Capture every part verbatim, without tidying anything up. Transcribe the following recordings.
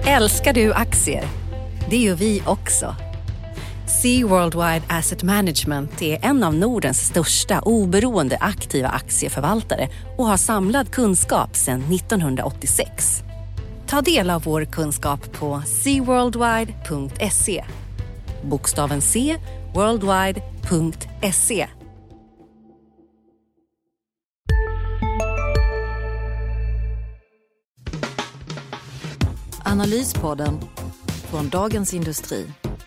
Älskar du aktier? Det gör vi också. Sea Worldwide Asset Management är en av Nordens största oberoende aktiva aktieförvaltare och har samlad kunskap sedan nittonhundraåttiosex. Ta del av vår kunskap på sea worldwide punkt se. Bokstaven C, worldwide punkt se. Analyspodden från Dagens Industri.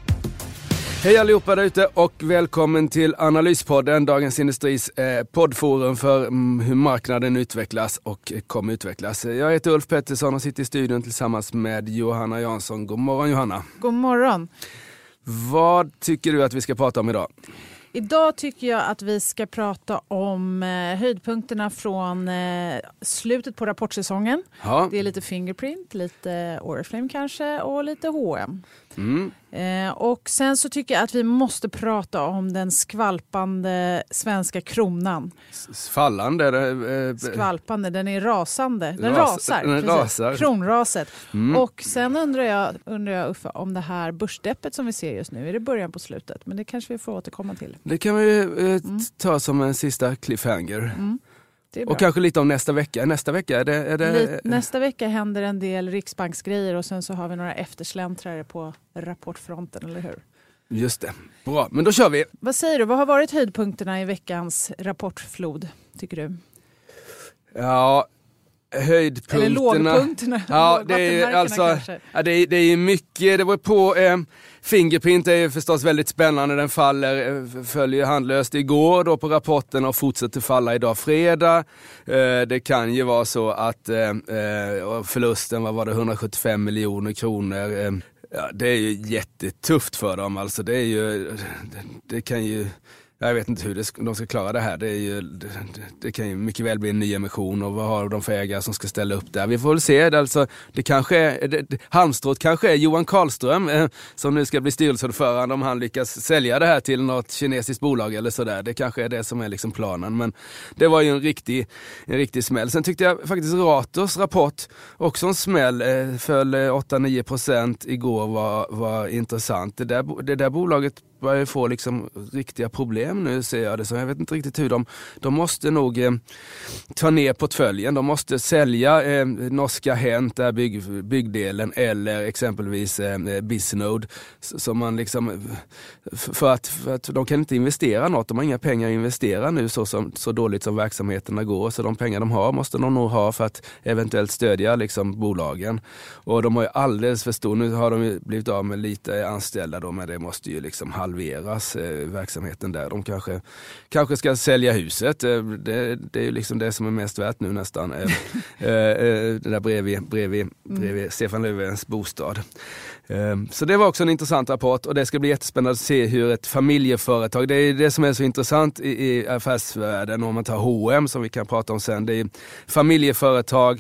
Hej allihopa där ute och välkommen till Analyspodden, Dagens Industris eh, poddforum för mm, hur marknaden utvecklas och kommer utvecklas. Jag heter Ulf Pettersson och sitter i studion tillsammans med Johanna Jansson. God morgon Johanna. God morgon. Vad tycker du att vi ska prata om idag? Idag tycker jag att vi ska prata om eh, höjdpunkterna från eh, slutet på rapportsäsongen. Ja. Det är lite Fingerprint, lite Oriflame kanske och lite H och M. Mm. Eh, och sen så tycker jag att vi måste prata om den skvalpande svenska kronan. Fallande? Eh, skvalpande, den är rasande. Den ras, rasar. Den rasar. Kronraset. Mm. Och sen undrar jag, undrar jag Uffe, om det här börsdeppet som vi ser just nu, är det början på slutet? Men det kanske vi får återkomma till. Det kan vi eh, mm. ta som en sista cliffhanger. Mm. Och kanske lite om nästa vecka. Nästa vecka, är det, är det... Lite, nästa vecka händer en del riksbanksgrejer och sen så har vi några eftersläntrare på rapportfronten, eller hur? Just det. Bra, men då kör vi. Vad säger du? Vad har varit höjdpunkterna i veckans rapportflod, tycker du? Ja, höjdpunkterna. Eller lågpunkterna. Ja, det är alltså ja, det är, det är mycket. Det var på eh, Fingerprint är ju förstås väldigt spännande. Den faller eh, följer handlöst igår då på rapporten och fortsätter falla idag fredag. Eh, det kan ju vara så att eh, förlusten vad var det hundrasjuttiofem miljoner kronor. Eh, ja, det är ju jättetufft för dem. Alltså det är ju det, det kan ju Jag vet inte hur det, de ska klara det här. Det, är ju, det, det kan ju mycket väl bli en ny emission och vad har de för ägare som ska ställa upp där. Vi får väl se. Det, alltså, det kanske är, det, halmstrået kanske är Johan Karlström eh, som nu ska bli styrelseordförande om han lyckas sälja det här till något kinesiskt bolag eller sådär. Det kanske är det som är liksom planen. Men det var ju en riktig, en riktig smäll. Sen tyckte jag faktiskt Ratos rapport också en smäll. Eh, föll åtta till nio procent igår var, var intressant. Det där, det där bolaget börjar få liksom riktiga problem nu, ser jag det. Så jag vet inte riktigt hur de... De måste nog eh, ta ner portföljen. De måste sälja eh, norska Hent, där bygg, byggdelen, eller exempelvis eh, Bisnode. Så man liksom... För att, för att de kan inte investera något. De har inga pengar att investera nu så, som, så dåligt som verksamheterna går. Så de pengar de har måste de nog ha för att eventuellt stödja liksom, bolagen. Och de har ju alldeles för stor... Nu har de ju blivit av med lite anställda då, men det måste ju liksom halveras eh, verksamheten där. De kanske, kanske ska sälja huset. Eh, det, det är ju liksom det som är mest värt nu nästan. Eh, eh, det där bredvid, bredvid, bredvid mm. Stefan Löfvens bostad. Eh, så det var också en intressant rapport och det ska bli jättespännande att se hur ett familjeföretag, det är det som är så intressant i, i affärsvärlden om man tar H och M som vi kan prata om sen. Det är familjeföretag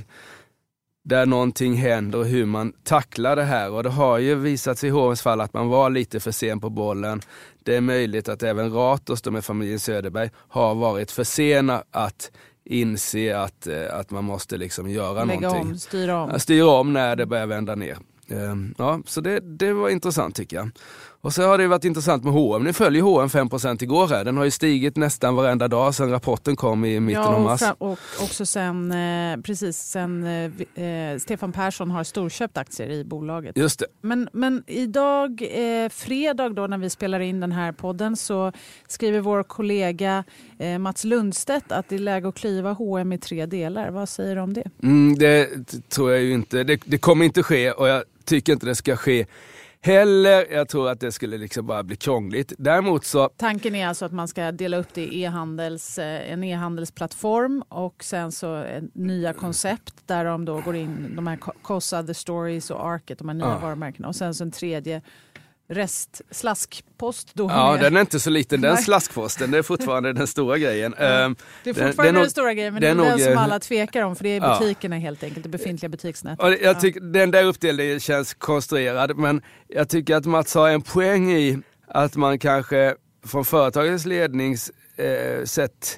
där någonting händer och hur man tacklar det här. Och det har ju visat sig i H och M:s fall att man var lite för sen på bollen. Det är möjligt att även Ratos, då med familjen Söderberg, har varit för sena att inse att, att man måste liksom göra Lägga någonting. Om, styra om. Styra om när det börjar vända ner. Ja, så det, det var intressant tycker jag. Och så har det varit intressant med H och M. Nu följer H och M fem procent igår här. Den har ju stigit nästan varenda dag sedan rapporten kom i mitten ja, av mars. Ja, och också sen, eh, precis sen eh, Stefan Persson har storköpt aktier i bolaget. Just det. Men, men idag, eh, fredag då när vi spelar in den här podden, så skriver vår kollega eh, Mats Lundstedt att det är läge att klyva H och M i tre delar. Vad säger du om det? Mm, det tror jag ju inte. Det, det kommer inte ske och jag tycker inte det ska ske heller. Jag tror att det skulle liksom bara bli krångligt. Däremot så... Tanken är alltså att man ska dela upp det i e-handels, en e-handelsplattform och sen så nya koncept där de då går in, de här Cosa, The Stories och Arket, de här nya ja. varumärkena. Och sen så en tredje rest slaskpost då. Ja, med. Den är inte så liten, den slaskposten. Det är fortfarande den stora grejen. Ja, det är fortfarande den, den, den stora grejen, men det är, det är den nog, som alla tvekar om, för det är butikerna ja. helt enkelt, det befintliga butiksnät. Och jag tycker ja. den där uppdelningen känns konstruerad, men jag tycker att Mats har en poäng i att man kanske från företagets lednings eh, sätt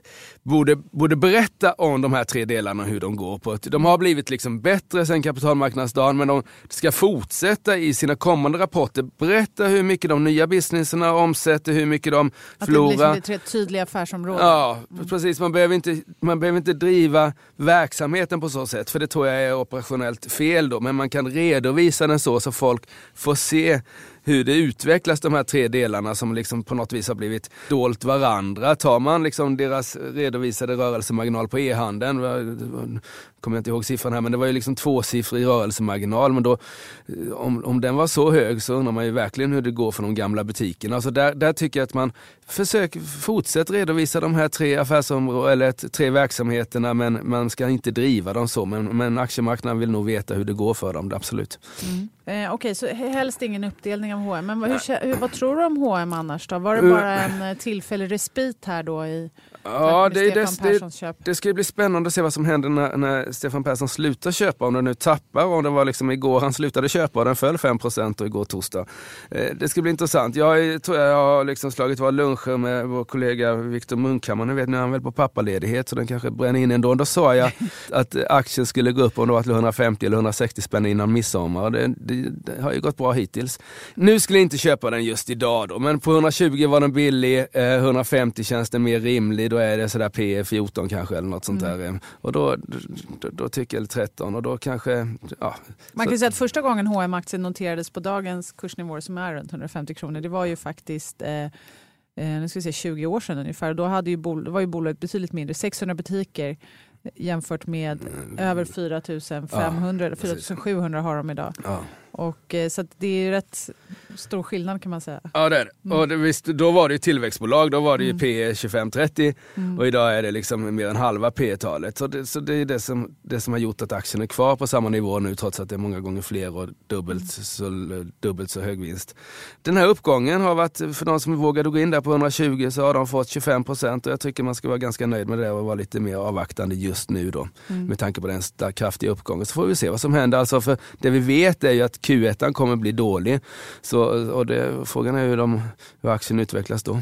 borde, borde berätta om de här tre delarna och hur de går på. De har blivit liksom bättre sen kapitalmarknadsdagen, men de ska fortsätta i sina kommande rapporter berätta hur mycket de nya businesserna omsätter, hur mycket de förlorar. Att det blir tre tydliga affärsområden. Ja, mm. precis. Man behöver, inte, man behöver inte driva verksamheten på så sätt, för det tror jag är operationellt fel då, men man kan redovisa den så så folk får se hur det utvecklas, de här tre delarna som liksom på något vis har blivit dolt varandra. Tar man liksom deras redovisade rörelsemarginal på e-handeln, kommer jag inte ihåg siffran här, men det var ju liksom tvåsiffrig rörelsemarginal, men då, om, om den var så hög så undrar man ju verkligen hur det går för de gamla butikerna. Alltså där, där tycker jag att man försöker fortsätta redovisa de här tre affärsområdena eller tre verksamheterna, men man ska inte driva dem så, men, men aktiemarknaden vill nog veta hur det går för dem, absolut. Mm. Eh, Okej, okay, så helst ingen uppdelning av H och M, men vad, hur, hur, vad tror du om H och M annars då? Var det bara en tillfällig respit här då i Ja, det, det, det, det ska bli spännande att se vad som händer när, när Stefan Persson slutar köpa, om den nu tappar, om det var liksom igår han slutade köpa och den föll fem procent och igår torsdag. Eh, det ska bli intressant. Jag tror jag har liksom slagit våra luncher med vår kollega Viktor Munkhammar, nu vet ni, han är väl på pappaledighet så den kanske bränner in ändå. Då sa jag att aktien skulle gå upp om det var till hundrafemtio eller hundrasextio spänn innan midsommar. Det, det, det har ju gått bra hittills. Nu skulle jag inte köpa den just idag då, men på hundratjugo var den billig, eh, hundrafemtio känns den mer rimlig. Då är det sådär P fjorton kanske eller något sånt mm. där. Och då, då, då tycker jag tretton och då kanske... Ja. Man kan så, säga att första gången H och M-aktien noterades på dagens kursnivå som är runt hundrafemtio kronor, det var ju faktiskt... Eh, eh, nu ska vi se, tjugo år sedan ungefär. Då hade ju bol- var ju bolaget betydligt mindre, sexhundra butiker jämfört med mm. över fyra tusen femhundra, ja, fyra tusen sjuhundra har de idag. Ja. Och, så att det är ju rätt stor skillnad kan man säga. Ja, det är det. Mm. Och det, visst, då var det ju tillväxtbolag, då var det ju mm. P tjugofem trettio mm. och idag är det liksom mer än halva P-talet. Så det, så det är det som, det som har gjort att aktien är kvar på samma nivå nu, trots att det är många gånger fler och dubbelt, mm. så, dubbelt så hög vinst. Den här uppgången har varit, för de som vågade gå in där på hundratjugo så har de fått tjugofem procent och jag tycker man ska vara ganska nöjd med det och vara lite mer avvaktande just nu då. Mm. Med tanke på den där kraftiga uppgången. Så får vi se vad som händer. Alltså för det vi vet är ju att Q ett kommer bli dålig. Så, och det, frågan är hur, de, hur aktien utvecklas då. Mm.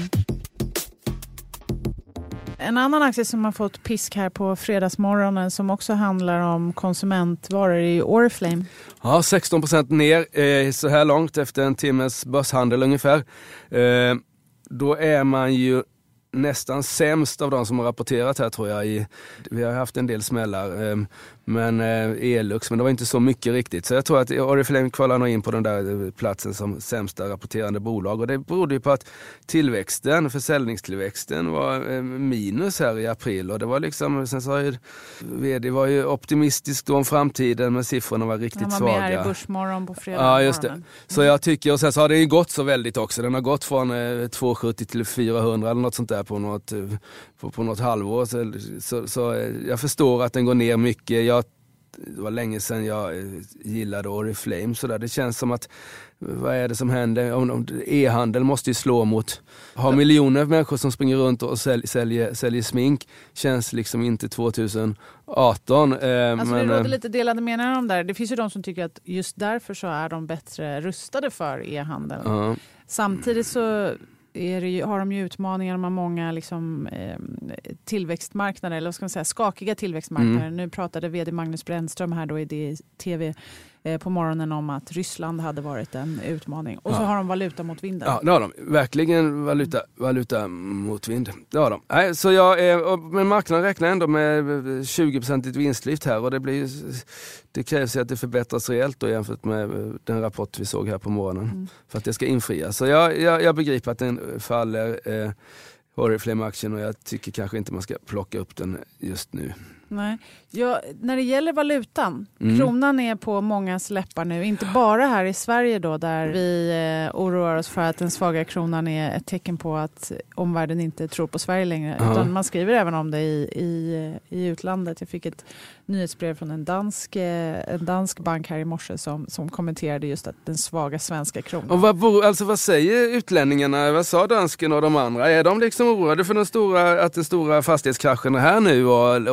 En annan aktie som har fått pisk här på fredagsmorgonen som också handlar om konsumentvaror är Oriflame. Ja, sexton procent ner eh, så här långt efter en timmes börshandel ungefär. Eh, då är man ju nästan sämst av de som har rapporterat här tror jag. I, vi har haft en del smällar, eh, men eh, Elux, men det var inte så mycket riktigt. Så jag tror att Oriflame kvalar nog in på den där platsen som sämsta rapporterande bolag. Och det berodde ju på att tillväxten, försäljningstillväxten var eh, minus här i april. Och det var liksom, sen sa ju vd var ju optimistisk då om framtiden, men siffrorna var riktigt svaga. Han var med här i Börsmorgon på fredag. Ja, just det. Så jag tycker, och sen så har det ju gått så väldigt också. Den har gått från eh, tvåhundrasjuttio till fyrahundra eller något sånt där på något, på, på något halvår. Så, så, så jag förstår att den går ner mycket. Jag, det var länge sedan jag gillade Oriflame. Så där. Det känns som att, vad är det som händer? Om, om, e-handel måste ju slå mot, ha miljoner människor som springer runt och sälj, säljer, säljer smink. Känns liksom inte tjugoarton. Eh, alltså men, det råder lite delade meningar om där. Det finns ju de som tycker att just därför så är de bättre rustade för e-handel. Uh-huh. Samtidigt så är det ju, har de ju utmaningar med många liksom, eh, tillväxtmarknader, eller vad ska man säga, skakiga tillväxtmarknader. Mm. Nu pratade vd Magnus Brännström här då i det tv eh, på morgonen om att Ryssland hade varit en utmaning. Och ja. Så har de valuta mot vinden. Ja, det har de. Verkligen valuta, valuta mot vind. Det har de. Nej, så jag, eh, men marknaden räknar ändå med tjugo procent vinstlyft här och det blir det krävs ju att det förbättras rejält då jämfört med den rapport vi såg här på morgonen mm. för att det ska infrias. Så jag, jag, jag begriper att den faller eh, Oriflame-aktien och jag tycker kanske inte man ska plocka upp den just nu. Nej. Ja, när det gäller valutan, mm. kronan är på mångas läppar nu, inte bara här i Sverige då där vi eh, oroar oss för att den svaga kronan är ett tecken på att omvärlden inte tror på Sverige längre. Uh-huh. Utan man skriver även om det i, i, i utlandet. Jag fick ett nyhetsbrev från en dansk, en dansk bank här i morse som, som kommenterade just att den svaga svenska kronan. Och vad, alltså, vad säger utlänningarna? Vad sa dansken och de andra? Är de liksom oroade för den stora, att den stora fastighetskraschen är här nu och, och, och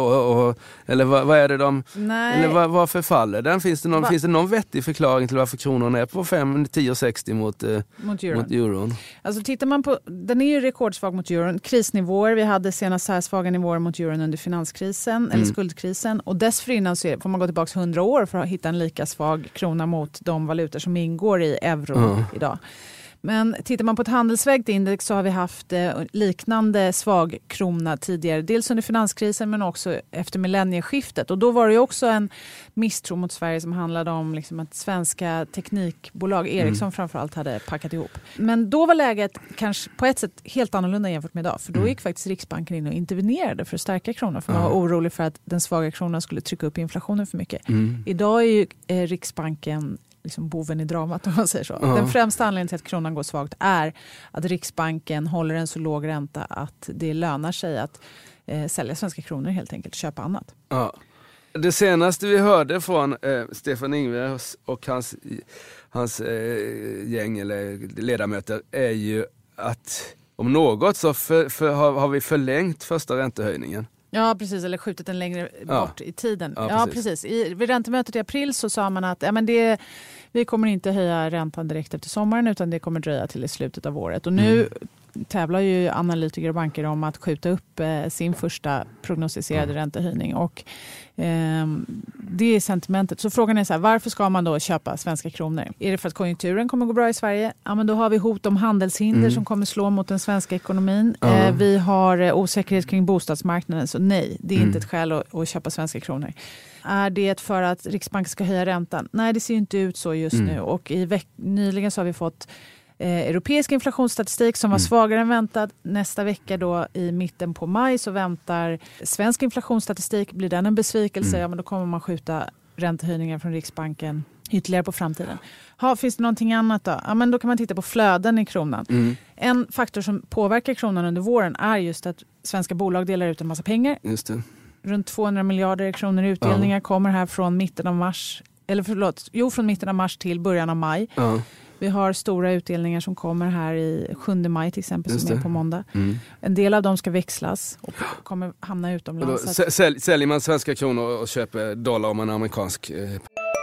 Eller, eller vad, vad är det de... Nej. Eller vad, varför faller den? Finns det, någon, Va? finns det någon vettig förklaring till varför kronan är på fem tio sextio mot, eh, mot, euron. mot euron? Alltså tittar man på... Den är ju rekordsvag mot euron. Krisnivåer. Vi hade senast så här svaga nivåer mot euron under finanskrisen. Mm. Eller skuldkrisen. Och dessförinnan så är, får man gå tillbaka hundra år för att hitta en lika svag krona mot de valutor som ingår i euro mm. idag. Men tittar man på ett handelsvägt index så har vi haft eh, liknande svag krona tidigare. Dels under finanskrisen men också efter millennieskiftet. Och då var det ju också en misstro mot Sverige som handlade om liksom, att svenska teknikbolag, Ericsson mm. framförallt, hade packat ihop. Men då var läget kanske på ett sätt helt annorlunda jämfört med idag. För då gick faktiskt Riksbanken in och intervenerade för att stärka kronan. För man var orolig för att den svaga kronan skulle trycka upp inflationen för mycket. Mm. Idag är ju eh, Riksbanken... liksom boven i dramat om man säger så. Uh-huh. Den främsta anledningen till att kronan går svagt är att Riksbanken håller en så låg ränta att det lönar sig att eh, sälja svenska kronor helt enkelt, köpa annat. Uh-huh. Det senaste vi hörde från eh, Stefan Ingves och hans, hans eh, gäng eller ledamöter är ju att om något så för, för, har, har vi förlängt första räntehöjningen. Ja, precis. Eller skjutit den längre bort ja. i tiden. Ja, ja precis. precis. I, vid räntemötet i april så sa man att ja, men det, vi kommer inte höja räntan direkt efter sommaren utan det kommer dröja till i slutet av året. Och nu mm. tävlar ju analytiker och banker om att skjuta upp eh, sin första prognostiserade mm. räntehöjning. Och eh, det är sentimentet. Så frågan är så här, varför ska man då köpa svenska kronor? Är det för att konjunkturen kommer gå bra i Sverige? Ja, men då har vi hot om handelshinder mm. som kommer slå mot den svenska ekonomin. Mm. Eh, vi har eh, osäkerhet kring bostadsmarknaden. Så nej, det är mm. inte ett skäl att, att köpa svenska kronor. Är det för att Riksbanken ska höja räntan? Nej, det ser ju inte ut så just mm. nu. Och i veck- nyligen så har vi fått eh, europeisk inflationsstatistik som var mm. svagare än väntat. Nästa vecka då i mitten på maj så väntar svensk inflationsstatistik. Blir den en besvikelse, mm. ja men då kommer man skjuta räntehöjningar från Riksbanken ytterligare på framtiden. Ha, finns det någonting annat då? Ja, men då kan man titta på flöden i kronan. Mm. En faktor som påverkar kronan under våren är just att svenska bolag delar ut en massa pengar. Just det. Runt tvåhundra miljarder kronor i utdelningar ja. kommer här från mitten av mars. Eller förlåt, jo från mitten av mars till början av maj. Ja. Vi har stora utdelningar som kommer här i sjunde maj till exempel Just som det. är på måndag. Mm. En del av dem ska växlas och kommer hamna utomlands. Då, att... sälj, säljer man svenska kronor och köper dollar om man är amerikansk... Eh...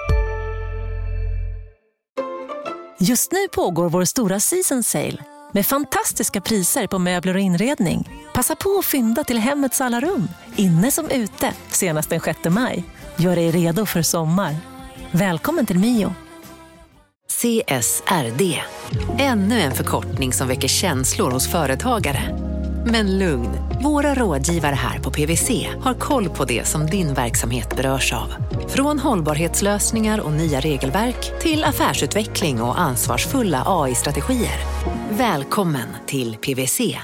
Just nu pågår vår stora season sale med fantastiska priser på möbler och inredning. Passa på att fynda till hemmets alla rum, inne som ute, senast den sjätte maj. Gör dig redo för sommar. Välkommen till Mio. C S R D. Ännu en förkortning som väcker känslor hos företagare. Men lugn, våra rådgivare här på P W C har koll på det som din verksamhet berörs av. Från hållbarhetslösningar och nya regelverk till affärsutveckling och ansvarsfulla A I-strategier. Välkommen till P W C.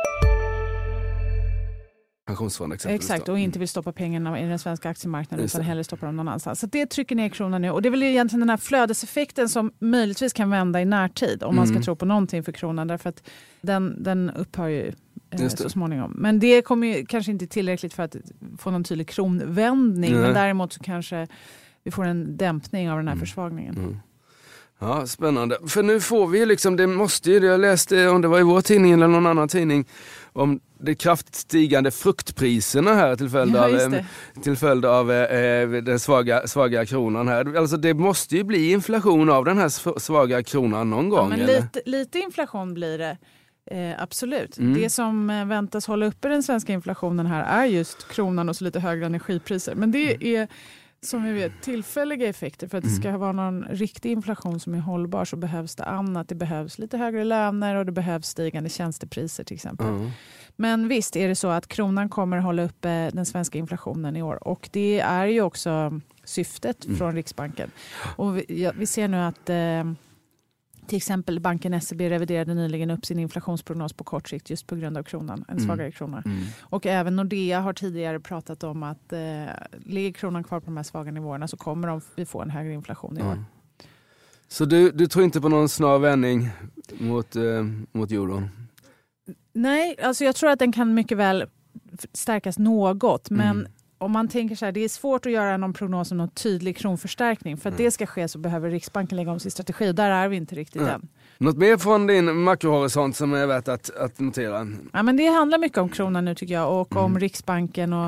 Exakt, och inte vill stoppa pengarna i den svenska aktiemarknaden utan hellre stoppa dem någon annanstans. Så det trycker ner kronan nu. Och det är väl egentligen den här flödeseffekten som möjligtvis kan vända i närtid om man ska mm. tro på någonting för kronan. Därför att den, den upphör ju eh, så småningom. Men det kommer ju kanske inte tillräckligt för att få någon tydlig kronvändning. Nej. Men däremot så kanske vi får en dämpning av den här mm. försvagningen. Mm. Ja, spännande. För nu får vi liksom, det måste ju, jag läste om det var i vår tidning eller någon annan tidning, om de kraftigt stigande fruktpriserna här till följd ja, av, till följd av eh, den svaga, svaga kronan här. Alltså det måste ju bli inflation av den här svaga kronan någon gång. Ja, men lite, lite inflation blir det. Eh, absolut. Mm. Det som eh, väntas hålla uppe den svenska inflationen här är just kronan och så lite högre energipriser. Men det mm. är som vi vet tillfälliga effekter. För att det ska vara någon riktig inflation som är hållbar så behövs det annat. Det behövs lite högre löner och det behövs stigande tjänstepriser till exempel. Mm. Men visst är det så att kronan kommer hålla uppe den svenska inflationen i år. Och det är ju också syftet mm. från Riksbanken. Och vi, ja, vi ser nu att eh, till exempel banken S E B reviderade nyligen upp sin inflationsprognos på kort sikt just på grund av kronan, en svagare mm. krona. Mm. Och även Nordea har tidigare pratat om att eh, ligger kronan kvar på de här svaga nivåerna så kommer de, vi få en högre inflation i år. Mm. Så du, du tror inte på någon snar vändning mot, eh, mot euron? Nej, alltså jag tror att den kan mycket väl stärkas något, men mm. om man tänker så här, det är svårt att göra någon prognos om någon tydlig kronförstärkning. För att mm. det ska ske så behöver Riksbanken lägga om sin strategi och där är vi inte riktigt mm. än. Något mer från din makrohorisont som är värt att, att notera? Ja, men det handlar mycket om kronan nu tycker jag och mm. om Riksbanken och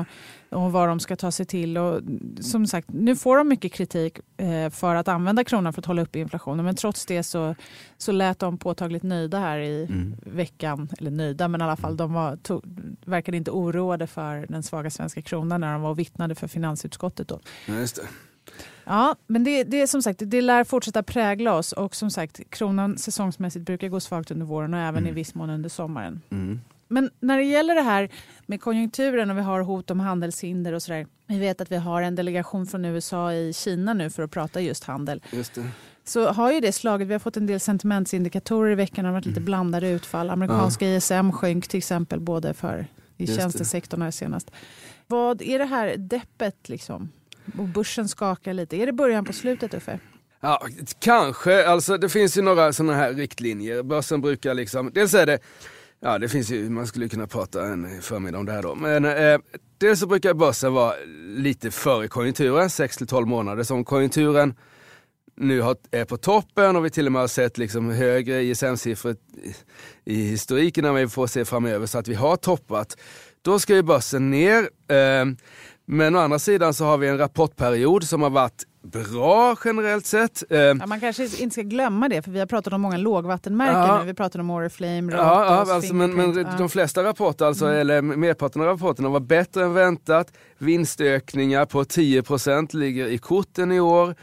och vad de ska ta sig till. Och som sagt, nu får de mycket kritik eh, för att använda kronan för att hålla upp inflationen. Men trots det så, så lät de påtagligt nöjda här i mm. veckan. Eller nöjda, men i alla fall de var, tog, verkade inte oroade för den svaga svenska kronan när de var vittnade för finansutskottet då. Ja, just det. Ja, men det, det är som sagt, det lär fortsätta prägla oss och som sagt, kronan säsongsmässigt brukar gå svagt under våren och även mm. i viss mån under sommaren. Mm. Men när det gäller det här med konjunkturen och vi har hot om handelshinder och sådär. Vi vet att vi har en delegation från U S A i Kina nu för att prata just handel. Just det. Så har ju det slaget, vi har fått en del sentimentsindikatorer i veckan, det har varit lite blandade utfall. Amerikanska ja. I S M sjönk till exempel både för i just tjänstesektorn här senast. Vad är det här deppet liksom? Och börsen skakar lite. Är det början på slutet, Uffe? Ja, kanske. Alltså det finns ju några sådana här riktlinjer. Börsen brukar liksom, dels är det, ja det finns ju, man skulle kunna prata en förmiddag om det här då. Men eh, dels så brukar börsen vara lite före konjunkturen, sex till tolv månader. Som konjunkturen nu har, är på toppen och vi till och med har sett liksom högre I S M-siffror i, i historiken än vi får se framöver så att vi har toppat. Då ska ju börsen ner. Eh, Men å andra sidan så har vi en rapportperiod som har varit bra generellt sett. Ja, man kanske inte ska glömma det, för vi har pratat om många lågvattenmärken ja. nu. Vi pratar om Oriflame, ja, ja, alltså, men, men ja. de flesta rapporter, alltså, mm. eller merparten av rapporterna var bättre än väntat. Vinstökningar på tio procent ligger i korten i år.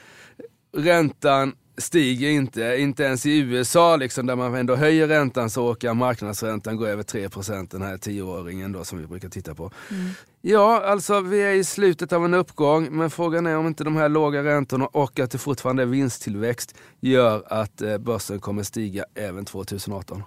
Räntan stiger inte, inte ens i U S A liksom, där man ändå höjer räntan så åker marknadsräntan gå över tre procent, den här tioåringen då som vi brukar titta på. Mm. Ja, alltså vi är i slutet av en uppgång, men frågan är om inte de här låga räntorna och att det fortfarande är vinsttillväxt gör att eh, börsen kommer stiga även tjugoarton.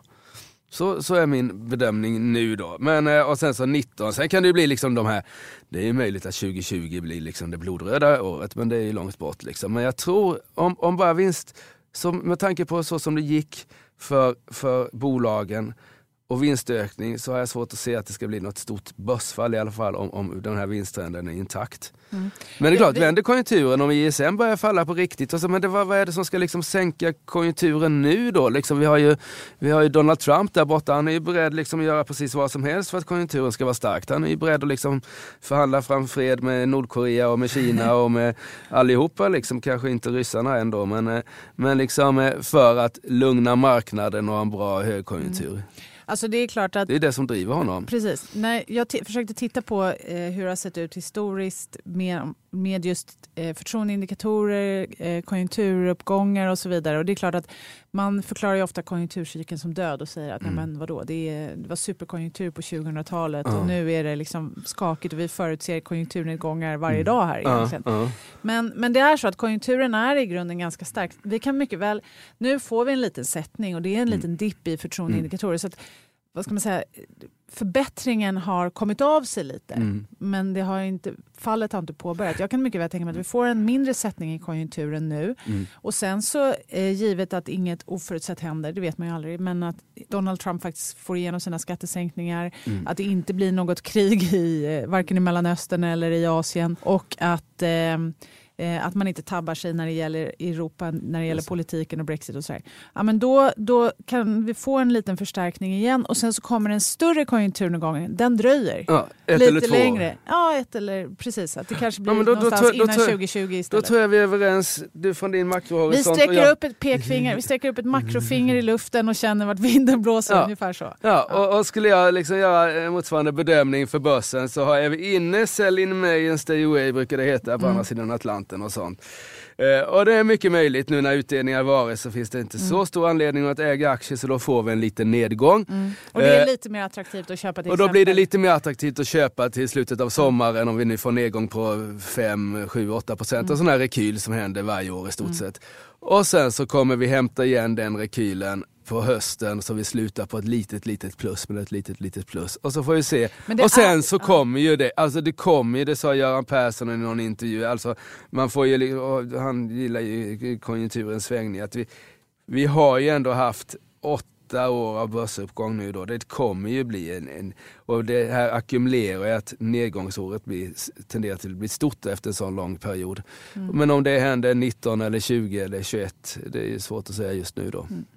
Så, så är min bedömning nu då. Men, och sen så nitton, sen kan det ju bli liksom de här, det är ju möjligt att tjugo tjugo blir liksom det blodröda året, men det är ju långt bort liksom. Men jag tror, om, om bara vinst, som, med tanke på så som det gick för, för bolagen och vinstökning, så har jag svårt att se att det ska bli något stort börsfall i alla fall om, om den här vinsttrenden är intakt. Mm. Men det är klart, vänder konjunkturen om I S M börjar falla på riktigt. Och så, men det, vad, vad är det som ska liksom sänka konjunkturen nu då? Liksom, vi, har ju, vi har ju Donald Trump där borta. Han är ju beredd liksom att göra precis vad som helst för att konjunkturen ska vara stark. Han är ju beredd att liksom förhandla fram fred med Nordkorea och med Kina och med allihopa. Liksom, kanske inte ryssarna ändå, men, men liksom för att lugna marknaden och en bra högkonjunktur. Mm. Alltså det är klart att... Det är det som driver honom. Precis. När jag t- försökte titta på eh, hur det har sett ut historiskt med, med just eh, förtroendeindikatorer, eh, konjunkturuppgångar och så vidare. Och det är klart att man förklarar ju ofta konjunkturcykeln som död och säger att mm. nej, men vadå, det, är, det var superkonjunktur på tjugohundratalet uh. och nu är det liksom skakigt och vi förutser konjunkturnedgångar varje mm. dag här egentligen. Uh. Uh. Men, men det är så att konjunkturen är i grunden ganska stark. Vi kan mycket väl, nu får vi en liten sättning och det är en mm. liten dipp i förtroendeindikatorer så att vad ska man säga, förbättringen har kommit av sig lite mm. men det har inte, fallet har inte påbörjat. Jag kan mycket väl tänka mig att vi får en mindre sättning i konjunkturen nu mm. och sen så eh, givet att inget oförutsett händer, det vet man ju aldrig, men att Donald Trump faktiskt får igenom sina skattesänkningar, mm. att det inte blir något krig i eh, varken i Mellanöstern eller i Asien och att eh, att man inte tabbar sig när det gäller Europa, när det gäller politiken och Brexit och så här. Ja, men då, då kan vi få en liten förstärkning igen och sen så kommer en större konjunkturnedgång. Den dröjer. Ja, ett lite eller två. Längre. Ja, ett eller precis. Att det kanske blir ja, då, någonstans då, då, innan då, tjugo tjugo istället. Då tror jag vi är överens, du från din makrohorisont. Vi sträcker jag... upp ett pekfinger, vi sträcker upp ett makrofinger i luften och känner vart vinden blåser, ja. Ungefär så. Ja, ja. Och, och skulle jag liksom göra motsvarande bedömning för börsen så har jag vi inne sell in May and stay away brukar det heta på mm. andra sidan Atlanten och sånt. Uh, och det är mycket möjligt nu när utdelningar varit så finns det inte mm. så stor anledning att äga aktier så då får vi en liten nedgång. Mm. Och det är uh, lite mer attraktivt att köpa till Och exempel. Då blir det lite mer attraktivt att köpa till slutet av sommaren om vi nu får nedgång på fem, sju, åtta procent mm. och sån här rekyl som händer varje år i stort mm. sett. Och sen så kommer vi hämta igen den rekylen på hösten så vi slutar på ett litet, litet plus med ett litet, litet plus. Och så får vi se. Och sen är... så kommer ju det, alltså det kommer ju, det sa Göran Persson i någon intervju, alltså man får ju, han gillar ju konjunkturens svängning, att vi, vi har ju ändå haft åtta år av börsuppgång nu då. Det kommer ju bli en, en och det här ackumulerar ju att nedgångsåret blir, tenderar till att bli stort efter en sån lång period. Mm. Men om det händer nitton eller tjugo eller tjugoett, det är ju svårt att säga just nu då. Mm.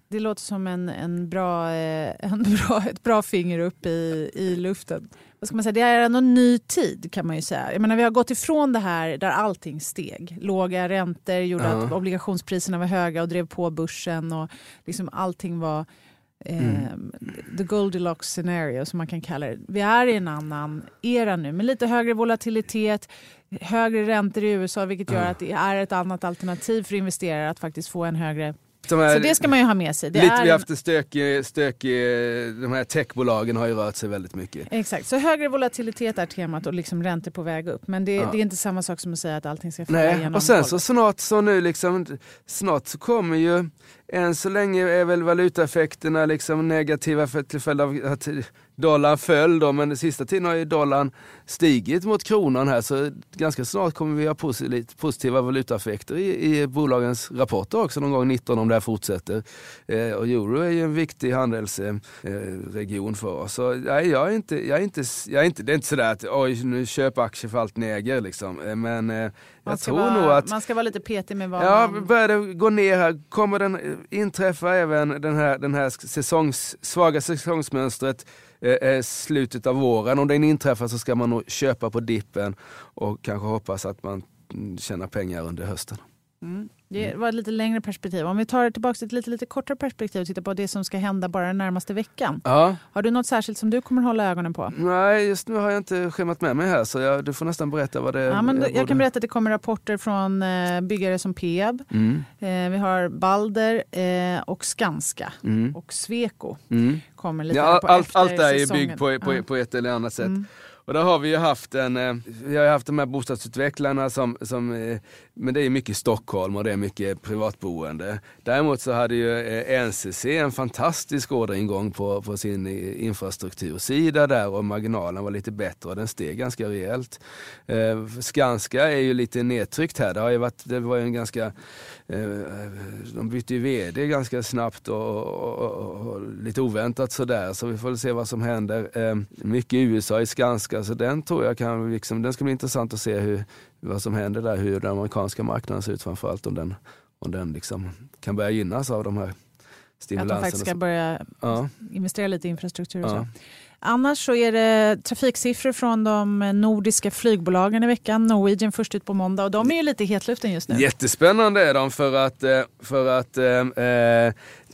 Det låter som en, en bra, en bra, ett bra finger upp i, i luften. Vad ska man säga? Det är en ny tid kan man ju säga. Jag menar, vi har gått ifrån det här där allting steg. Låga räntor gjorde uh-huh. att obligationspriserna var höga och drev på börsen och liksom allting var eh, mm. the Goldilocks scenario som man kan kalla det. Vi är i en annan era nu med lite högre volatilitet, högre räntor i U S A, vilket gör uh-huh. att det är ett annat alternativ för investerare att faktiskt få en högre. De här, så det ska man ju ha med sig. Det lite är vi har haft stök i, stök i, de här techbolagen har ju rört sig väldigt mycket. Exakt, så högre volatilitet är temat och liksom räntor på väg upp. Men det, ja. det är inte samma sak som att säga att allting ska falla Nej, igenom. Och sen golvet. så snart så nu liksom, snart så kommer ju, än så länge är väl valutaeffekterna liksom negativa för, till följd av att dollarn föll då, men den sista tiden har ju dollarn stigit mot kronan här, så ganska snart kommer vi ha posit- positiva valutaeffekter i, i bolagens rapporter också någon gång nitton om det här fortsätter. Eh, och euro är ju en viktig handelsregion eh, för oss. Så nej, jag är inte, jag är inte, jag är inte, det är inte sådär att oj, nu köper aktier för allt neger liksom. Eh, men eh, jag tror vara, nog att man ska vara lite petig med vad ja, man... börjar det gå ner här, kommer den inträffa även den här, den här säsongs, svaga säsongsmönstret eh, slutet av våren. Om den inträffar så ska man nog köpa på dippen och kanske hoppas att man tjänar pengar under hösten. Mm. Det var ett lite längre perspektiv. Om vi tar tillbaka till ett lite, lite kortare perspektiv och tittar på det som ska hända bara den närmaste veckan. Ja. Har du något särskilt som du kommer hålla ögonen på? Nej, just nu har jag inte schemat med mig här så jag, du får nästan berätta vad det är. Ja, men jag, jag, jag kan berätta att det kommer rapporter från eh, byggare som Peab. Mm. Eh, vi har Balder eh, och Skanska mm. och Sweco. Mm. Kommer lite ja, på allt, efter allt är ju säsongen. byggt på, på, ja. på ett eller annat sätt. Mm. Och där har vi ju haft en, vi har ju haft de här bostadsutvecklarna som, som, men det är mycket Stockholm och det är mycket privatboende. Däremot så hade ju N C C en fantastisk orderingång på, på sin infrastruktursida där och marginalen var lite bättre och den steg ganska rejält. Eh, Skanska är ju lite nedtryckt här, det har ju varit, det var ju en ganska, eh, de bytte ju vd ganska snabbt och, och, och, och lite oväntat sådär, så vi får se vad som händer. Eh, mycket i U S A i Skanska. Så den tror jag kan liksom, den ska bli intressant att se hur, vad som händer där, hur den amerikanska marknaden ser ut framförallt, om den, om den liksom kan börja gynnas av de här stimulanserna. Att de faktiskt ska börja ja. investera lite i infrastruktur och ja. så. Annars så är det trafiksiffror från de nordiska flygbolagen i veckan. Norwegian först ut på måndag och de är ju lite i hetluften just nu. Jättespännande är de för att, för att eh,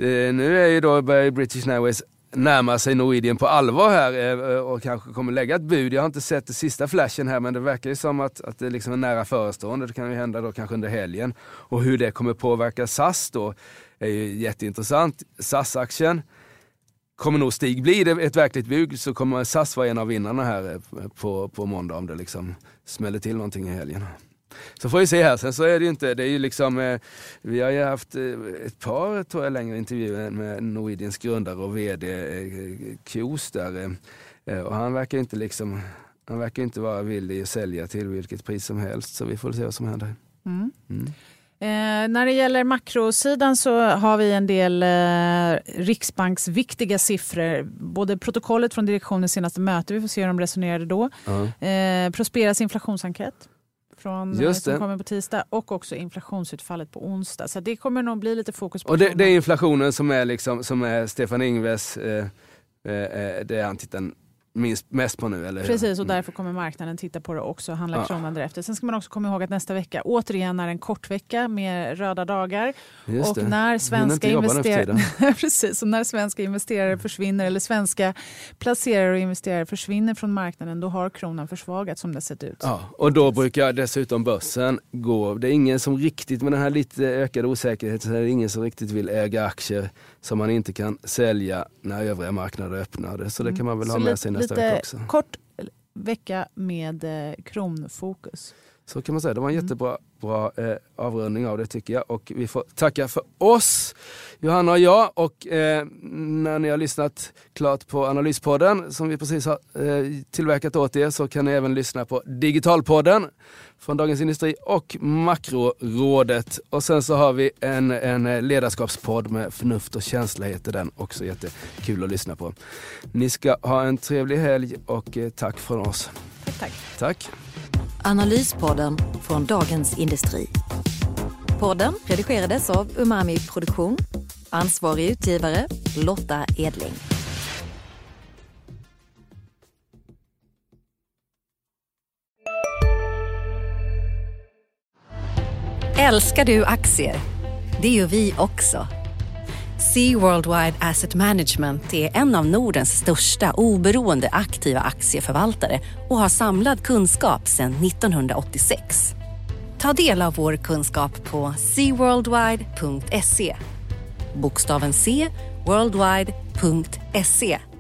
nu är ju då British Airways närmar sig Norwegian på allvar här och kanske kommer lägga ett bud. Jag har inte sett det sista flashen här, men det verkar ju som att, att det liksom är nära förestående. Det kan ju hända då kanske under helgen. Och hur det kommer påverka S A S då är ju jätteintressant. S A S-aktien kommer nog Stig bli det ett verkligt bud, så kommer S A S vara en av vinnarna här på, på måndag om det liksom smäller till någonting i helgen. Så får vi se här. Sen så är det ju inte, det är ju liksom, eh, vi har ju haft eh, ett par tror jag längre intervjuer med Norwegians grundare och vd eh, Kjos där. Eh, och han verkar inte liksom, han verkar inte vara villig att sälja till vilket pris som helst. Så vi får se vad som händer. Mm. Mm. Eh, när det gäller makrosidan så har vi en del eh, Riksbanks viktiga siffror. Både protokollet från direktionens senaste möte, vi får se hur de resonerade då. Uh-huh. Eh, Prosperas inflationsenkät från, som kommer på tisdag och också inflationsutfallet på onsdag. Så det kommer nog bli lite fokus på. Och det, det är inflationen som är, liksom, som är Stefan Ingves, eh, eh, det är han tittar minst mest på nu, eller hur? Precis, och därför kommer marknaden titta på det också och handla ja. kronan därefter. Sen ska man också komma ihåg att nästa vecka återigen är en kort vecka med röda dagar. Just och det. när svenska investerare precis, och när svenska investerare försvinner eller svenska placerare och investerare försvinner från marknaden, då har kronan försvagats som det sett ut. Ja, och då brukar dessutom börsen gå. Det är ingen som riktigt, med den här lite ökade osäkerheten, så är det ingen som riktigt vill äga aktier som man inte kan sälja när övriga marknader öppnar. Så det kan man väl mm. ha med sig nästa vecka också. Kort vecka med eh, kronfokus. Så kan man säga. Det var en jättebra bra, eh, avrundning av det tycker jag. Och vi får tacka för oss, Johanna och jag. Och eh, när ni har lyssnat klart på Analyspodden som vi precis har eh, tillverkat åt er, så kan ni även lyssna på Digitalpodden från Dagens Industri och Makrorådet. Och sen så har vi en, en ledarskapspodd med förnuft och känsla, heter den. Också jättekul att lyssna på. Ni ska ha en trevlig helg och eh, tack från oss. Tack, tack. Tack. Analyspodden från Dagens Industri. Podden redigerades av Umami Produktion. Ansvarig utgivare Lotta Edling. Älskar du aktier? Det gör vi också. Sea Worldwide Asset Management är en av Nordens största oberoende aktiva aktieförvaltare och har samlad kunskap sedan nittonhundraåttiosex. Ta del av vår kunskap på sea worldwide punkt se. Bokstaven C, worldwide punkt se.